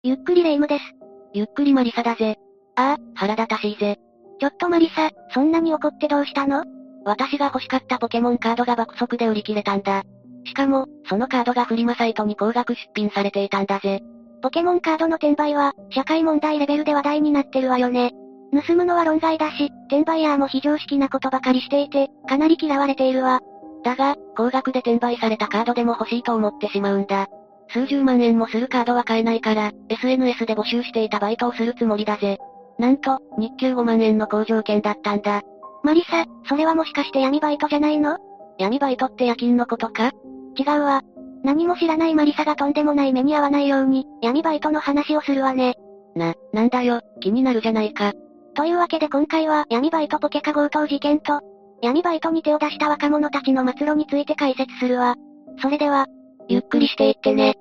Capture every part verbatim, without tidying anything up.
ゆっくりレ夢ムです。 ゆっくりマリサだぜ。ああ、腹立たしいぜ。 ちょっとマリサ、そんなに怒ってどうしたの？ 私が欲しかったポケモンカードが爆速で売り切れたんだ。しかも、そのカードがフリマサイトに高額出品されていたんだぜ。 ポケモンカードの転売は、社会問題レベルで話題になってるわよね。盗むのは論外だし、転売ヤーも非常識なことばかりしていて、かなり嫌われているわ。 だが、高額で転売されたカードでも欲しいと思ってしまうんだ。数十万円もするカードは買えないから、エスエヌエス で募集していたバイトをするつもりだぜ。なんと、日給ごまんえんの好条件だったんだ。 マリサ、それはもしかして闇バイトじゃないの？ 闇バイトって夜勤のことか？ 違うわ。何も知らないマリサがとんでもない目に遭わないように、闇バイトの話をするわね。 な、なんだよ、気になるじゃないか。 というわけで今回は闇バイトポケカ強盗事件と、闇バイトに手を出した若者たちの末路について解説するわ。それでは、 ゆっくりしていってね。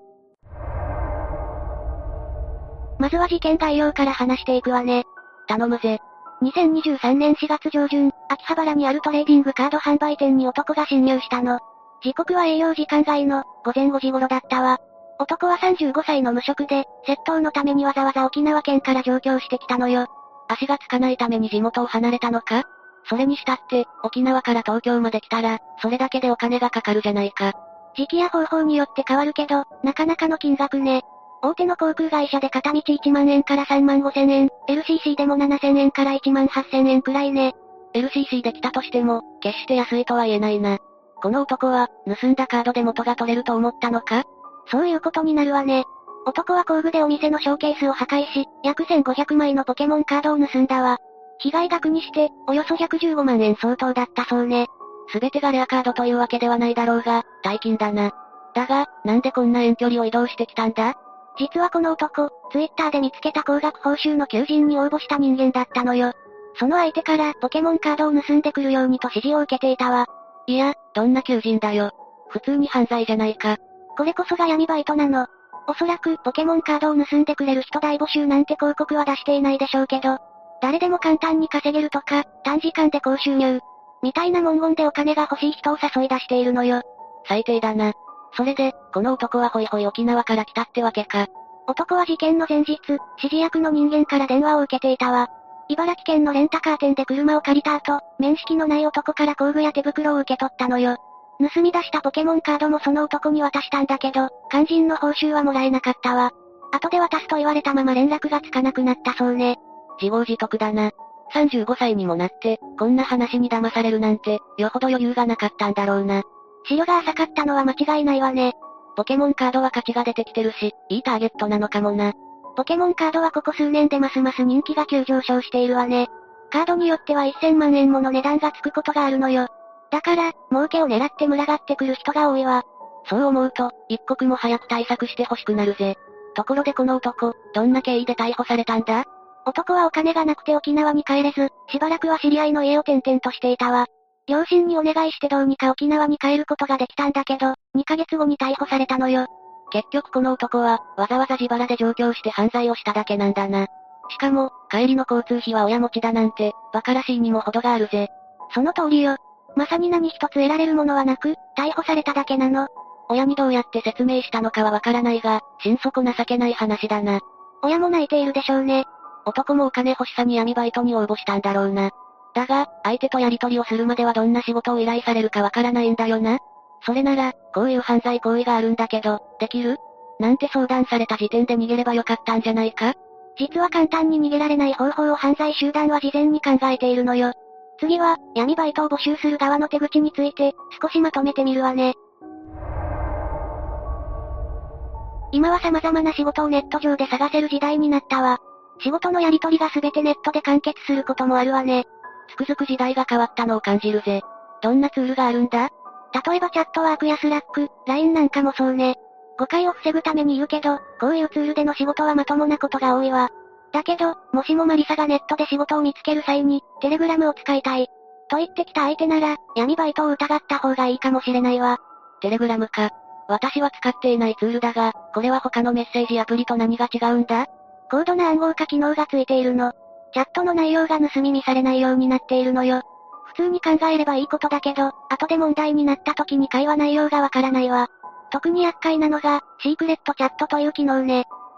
まずは事件概要から話していくわね。 頼むぜ。 にせんにじゅうさんねんしがつじょうじゅん、秋葉原にあるトレーディングカード販売店に男が侵入したの。時刻は営業時間外のごぜんごじ頃だったわ。男はさんじゅうごさいの無職で、窃盗のためにわざわざ沖縄県から上京してきたのよ。 足がつかないために地元を離れたのか？それにしたって、沖縄から東京まで来たら、それだけでお金がかかるじゃないか。 時期や方法によって変わるけど、なかなかの金額ね。大手の航空会社で片道いちまんえんからさんまんごせんえん、エルシーシー でもななせんえんからいちまんはっせんえんくらいね。 エルシーシー で来たとしても、決して安いとは言えないな。この男は、盗んだカードで元が取れると思ったのか？ そういうことになるわね。男は工具でお店のショーケースを破壊し、約せんごひゃくまいのポケモンカードを盗んだわ。被害額にして、およそひゃくじゅうごまんえん相当だったそうね。 すべてがレアカードというわけではないだろうが、大金だな。だが、なんでこんな遠距離を移動してきたんだ？ 実はこの男、ツイッターで見つけた高額報酬の求人に応募した人間だったのよ。その相手からポケモンカードを盗んでくるようにと指示を受けていたわ。 いや、どんな求人だよ。普通に犯罪じゃないか。 これこそが闇バイトなの。おそらくポケモンカードを盗んでくれる人大募集なんて広告は出していないでしょうけど、誰でも簡単に稼げるとか、短時間で高収入、みたいな文言でお金が欲しい人を誘い出しているのよ。 最低だな。それで、この男はホイホイ沖縄から来たってわけか。 男は事件の前日、指示役の人間から電話を受けていたわ。茨城県のレンタカー店で車を借りた後、面識のない男から工具や手袋を受け取ったのよ。盗み出したポケモンカードもその男に渡したんだけど、肝心の報酬はもらえなかったわ。後で渡すと言われたまま連絡がつかなくなったそうね。 自業自得だな。さんじゅうごさいにもなって、こんな話に騙されるなんて、よほど余裕がなかったんだろうな。 資料が浅かったのは間違いないわね。 ポケモンカードは価値が出てきてるし、いいターゲットなのかもな。 ポケモンカードはここ数年でますます人気が急上昇しているわね。カードによってはせんまんえんもの値段がつくことがあるのよ。だから、儲けを狙って群がってくる人が多いわ。 そう思うと、一刻も早く対策して欲しくなるぜ。ところでこの男、どんな経緯で逮捕されたんだ？ 男はお金がなくて沖縄に帰れず、しばらくは知り合いの家を転々としていたわ。両親にお願いしてどうにか沖縄に帰ることができたんだけど、にかげつごに逮捕されたのよ。 結局この男は、わざわざ自腹で上京して犯罪をしただけなんだな。しかも、帰りの交通費は親持ちだなんて、馬鹿らしいにも程があるぜ。 その通りよ。まさに何一つ得られるものはなく、逮捕されただけなの。 親にどうやって説明したのかはわからないが、心底情けない話だな。 親も泣いているでしょうね。 男もお金欲しさに闇バイトに応募したんだろうな。だが、相手とやり取りをするまではどんな仕事を依頼されるかわからないんだよな。それなら、こういう犯罪行為があるんだけど、できる？なんて相談された時点で逃げればよかったんじゃないか？ 実は簡単に逃げられない方法を犯罪集団は事前に考えているのよ。次は、闇バイトを募集する側の手口について、少しまとめてみるわね。今は様々な仕事をネット上で探せる時代になったわ。仕事のやり取りが全てネットで完結することもあるわね。 つくづく時代が変わったのを感じるぜ。どんなツールがあるんだ？ 例えばチャットワークやスラック、ライン なんかもそうね。誤解を防ぐために言うけど、こういうツールでの仕事はまともなことが多いわ。だけど、もしもマリサがネットで仕事を見つける際に、テレグラムを使いたい。と言ってきた相手なら、闇バイトを疑った方がいいかもしれないわ。 テレグラムか。私は使っていないツールだが、これは他のメッセージアプリと何が違うんだ？ 高度な暗号化機能がついているの。チャットの内容が盗み見されないようになっているのよ。普通に考えればいいことだけど、後で問題になった時に会話内容がわからないわ。特に厄介なのが、シークレットチャットという機能ね。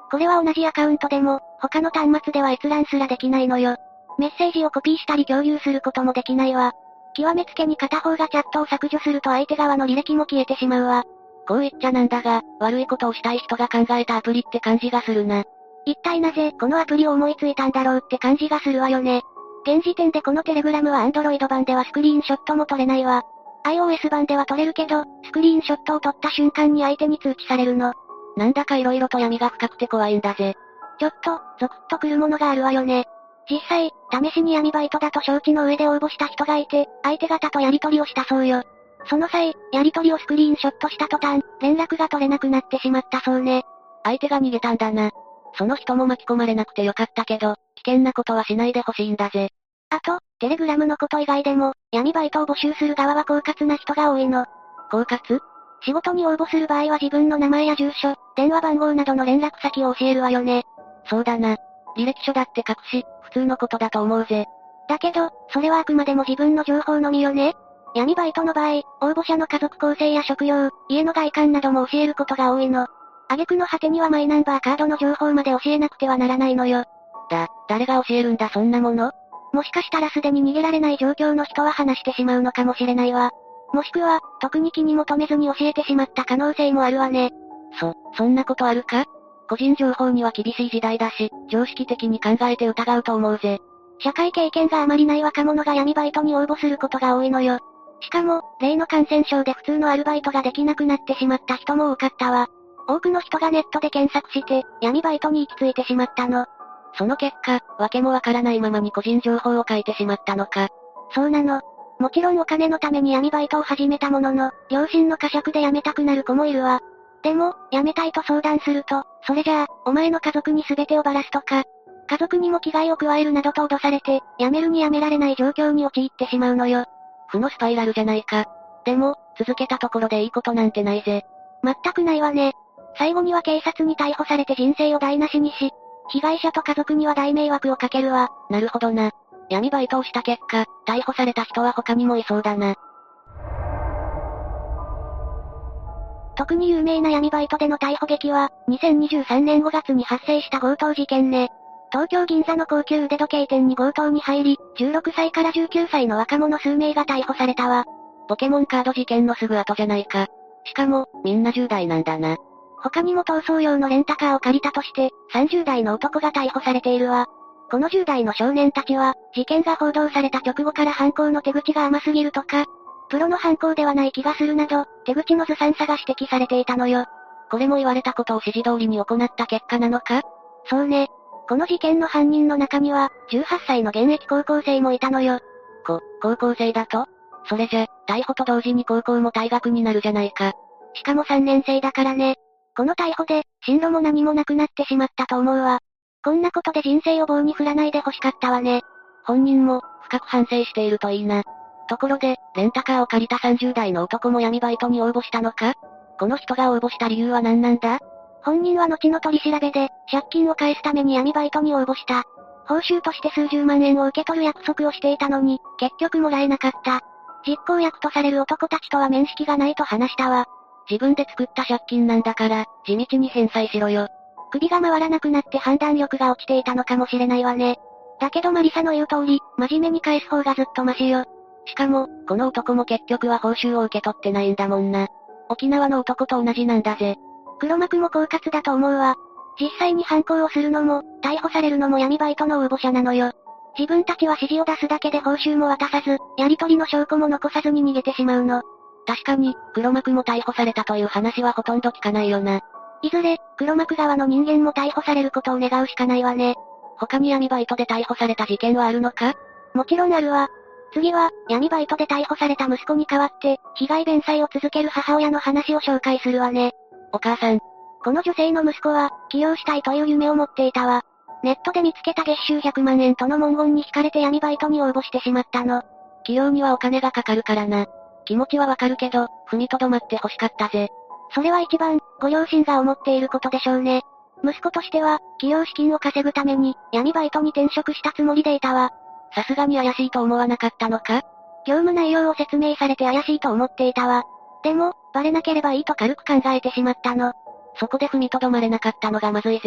これは同じアカウントでも、他の端末では閲覧すらできないのよ。メッセージをコピーしたり共有することもできないわ。極めつけに片方がチャットを削除すると相手側の履歴も消えてしまうわ。 こう言っちゃなんだが、悪いことをしたい人が考えたアプリって感じがするな。 一体なぜ、このアプリを思いついたんだろうって感じがするわよね。現時点でこのテレグラムは Android 版ではスクリーンショットも撮れないわ。iOS 版では撮れるけど、スクリーンショットを撮った瞬間に相手に通知されるの。 なんだか色々と闇が深くて怖いんだぜ。 ちょっと、ゾクッとくるものがあるわよね。実際、試しに闇バイトだと承知の上で応募した人がいて、相手方とやり取りをしたそうよ。その際、やり取りをスクリーンショットした途端、連絡が取れなくなってしまったそうね。 相手が逃げたんだな。その人も巻き込まれなくてよかったけど、危険なことはしないでほしいんだぜ。 あと、テレグラムのこと以外でも、闇バイトを募集する側は狡猾な人が多いの。 狡猾？ 仕事に応募する場合は自分の名前や住所、電話番号などの連絡先を教えるわよね。 そうだな。履歴書だって書くし、普通のことだと思うぜ。 だけど、それはあくまでも自分の情報のみよね。闇バイトの場合、応募者の家族構成や職業、家の外観なども教えることが多いの。挙句の果てにはマイナンバーカードの情報まで教えなくてはならないのよ。 だ、誰が教えるんだそんなもの？ もしかしたらすでに逃げられない状況の人は話してしまうのかもしれないわ。もしくは、特に気にも留めずに教えてしまった可能性もあるわね。 そ、そんなことあるか？個人情報には厳しい時代だし、常識的に考えて疑うと思うぜ。 社会経験があまりない若者が闇バイトに応募することが多いのよ。しかも、例の感染症で普通のアルバイトができなくなってしまった人も多かったわ。多くの人がネットで検索して、闇バイトに行き着いてしまったの。 その結果、わけもわからないままに個人情報を書いてしまったのか。 そうなの。もちろんお金のために闇バイトを始めたものの、両親の呵責で辞めたくなる子もいるわ。でも、辞めたいと相談すると、それじゃあ、お前の家族に全てをばらすとか、家族にも危害を加えるなどと脅されて、辞めるに辞められない状況に陥ってしまうのよ。 負のスパイラルじゃないか。でも、続けたところでいいことなんてないぜ。 全くないわね。最後には警察に逮捕されて人生を台無しにし、被害者と家族には大迷惑をかけるわ。 なるほどな。闇バイトをした結果、逮捕された人は他にもいそうだな。 特に有名な闇バイトでの逮捕劇は、にせんにじゅうさんねんごがつに発生した強盗事件ね。東京銀座の高級腕時計店に強盗に入り、じゅうろくさいからじゅうきゅうさいの若者数名が逮捕されたわ。 ポケモンカード事件のすぐ後じゃないか。しかも、みんなじゅう代なんだな。 他にも逃走用のレンタカーを借りたとして、さんじゅう代の男が逮捕されているわ。このじゅう代の少年たちは、事件が報道された直後から犯行の手口が甘すぎるとか、プロの犯行ではない気がするなど、手口のずさんさが指摘されていたのよ。 これも言われたことを指示通りに行った結果なのか？ そうね。この事件の犯人の中には、じゅうはっさいの現役高校生もいたのよ。 こ、高校生だと？それじゃ、逮捕と同時に高校も退学になるじゃないか。 しかもさんねん生だからね。この逮捕で、進路も何もなくなってしまったと思うわ。こんなことで人生を棒に振らないで欲しかったわね。 本人も、深く反省しているといいな。ところで、レンタカーを借りたさんじゅう代の男も闇バイトに応募したのか？この人が応募した理由は何なんだ？ 本人は後の取り調べで、借金を返すために闇バイトに応募した。報酬として数十万円を受け取る約束をしていたのに、結局もらえなかった。実行役とされる男たちとは面識がないと話したわ。 自分で作った借金なんだから、地道に返済しろよ。 首が回らなくなって判断力が落ちていたのかもしれないわね。だけどマリサの言う通り、真面目に返す方がずっとマシよ。 しかも、この男も結局は報酬を受け取ってないんだもんな。沖縄の男と同じなんだぜ。 黒幕も狡猾だと思うわ。実際に犯行をするのも、逮捕されるのも闇バイトの応募者なのよ。自分たちは指示を出すだけで報酬も渡さず、やり取りの証拠も残さずに逃げてしまうの。 確かに、黒幕も逮捕されたという話はほとんど聞かないよな。 いずれ、黒幕側の人間も逮捕されることを願うしかないわね。 他に闇バイトで逮捕された事件はあるのか？ もちろんあるわ。次は、闇バイトで逮捕された息子に代わって、被害弁済を続ける母親の話を紹介するわね。 お母さん。 この女性の息子は、起業したいという夢を持っていたわ。ネットで見つけた月収ひゃくまんえんとの文言に惹かれて闇バイトに応募してしまったの。 起業にはお金がかかるからな。気持ちはわかるけど、踏みとどまって欲しかったぜ。 それは一番、ご両親が思っていることでしょうね。息子としては、起業資金を稼ぐために、闇バイトに転職したつもりでいたわ。 さすがに怪しいと思わなかったのか？ 業務内容を説明されて怪しいと思っていたわ。でも、バレなければいいと軽く考えてしまったの。 そこで踏みとどまれなかったのがまずいぜ。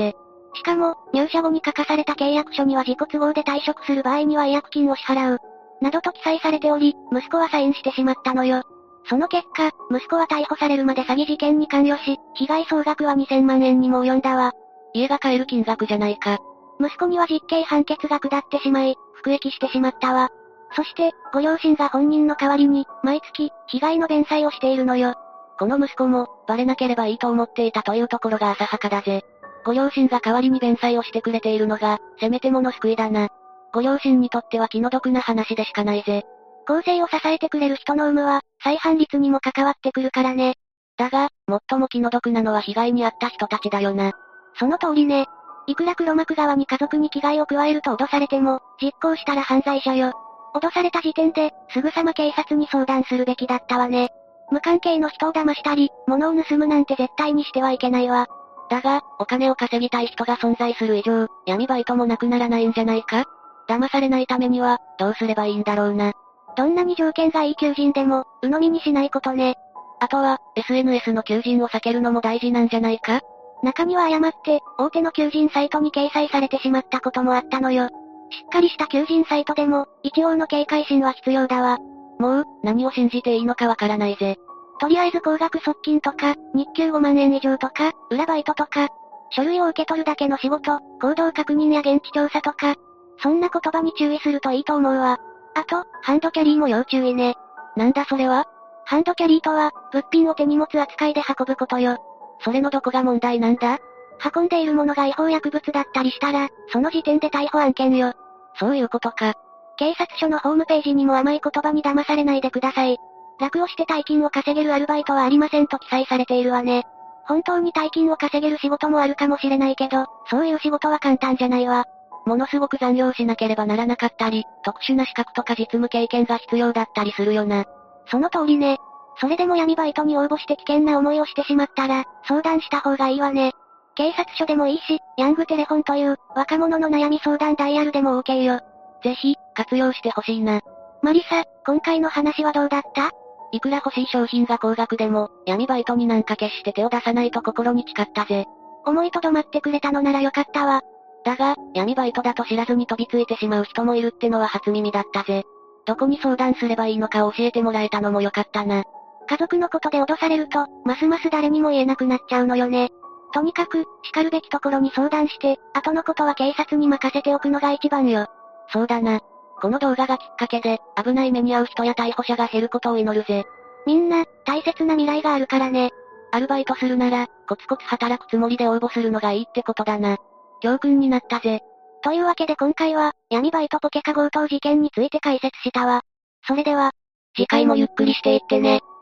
しかも、入社後に書かされた契約書には自己都合で退職する場合には違約金を支払う。などと記載されており、息子はサインしてしまったのよ。その結果、息子は逮捕されるまで詐欺事件に関与し、被害総額はにせんまんえんにも及んだわ。 家が買える金額じゃないか。 息子には実刑判決が下ってしまい、服役してしまったわ。そして、ご両親が本人の代わりに、毎月、被害の弁済をしているのよ。 この息子も、バレなければいいと思っていたというところが浅はかだぜ。ご両親が代わりに弁済をしてくれているのが、せめてもの救いだな。ご両親にとっては気の毒な話でしかないぜ。 後世を支えてくれる人の有無は、再犯率にも関わってくるからね。 だが、最も気の毒なのは被害に遭った人たちだよな。 その通りね。いくら黒幕側に家族に危害を加えると脅されても、実行したら犯罪者よ。脅された時点で、すぐさま警察に相談するべきだったわね。無関係の人を騙したり、物を盗むなんて絶対にしてはいけないわ。 だが、お金を稼ぎたい人が存在する以上、闇バイトもなくならないんじゃないか？騙されないためには、どうすればいいんだろうな。 どんなに条件がいい求人でも、鵜呑みにしないことね。 あとは、エスエヌエス の求人を避けるのも大事なんじゃないか？ 中には誤って、大手の求人サイトに掲載されてしまったこともあったのよ。しっかりした求人サイトでも、一応の警戒心は必要だわ。 もう、何を信じていいのかわからないぜ。 とりあえず高額側近とか、日給ごまんえん以上とか、裏バイトとか、書類を受け取るだけの仕事、行動確認や現地調査とか、そんな言葉に注意するといいと思うわ。あと、ハンドキャリーも要注意ね。 なんだそれは？ ハンドキャリーとは、物品を手荷物扱いで運ぶことよ。 それのどこが問題なんだ？ 運んでいるものが違法薬物だったりしたら、その時点で逮捕案件よ。 そういうことか。 警察署のホームページにも甘い言葉に騙されないでください。楽をして大金を稼げるアルバイトはありませんと記載されているわね。本当に大金を稼げる仕事もあるかもしれないけど、そういう仕事は簡単じゃないわ。 ものすごく残業しなければならなかったり、特殊な資格とか実務経験が必要だったりするよな。 その通りね。それでも闇バイトに応募して危険な思いをしてしまったら、相談した方がいいわね。警察署でもいいし、ヤングテレフォンという、若者の悩み相談ダイヤルでも OK よ。 ぜひ、活用してほしいな。 マリサ、今回の話はどうだった？ いくら欲しい商品が高額でも、闇バイトになんか決して手を出さないと心に誓ったぜ。 思いとどまってくれたのならよかったわ。 だが、闇バイトだと知らずに飛びついてしまう人もいるってのは初耳だったぜ。どこに相談すればいいのか教えてもらえたのもよかったな。 家族のことで脅されると、ますます誰にも言えなくなっちゃうのよね。とにかく、叱るべきところに相談して、後のことは警察に任せておくのが一番よ。 そうだな。この動画がきっかけで、危ない目に遭う人や逮捕者が減ることを祈るぜ。 みんな、大切な未来があるからね。 アルバイトするなら、コツコツ働くつもりで応募するのがいいってことだな。教訓になったぜ。 というわけで今回は、闇バイトポケカ強盗事件について解説したわ。それでは、 次回もゆっくりしていってね。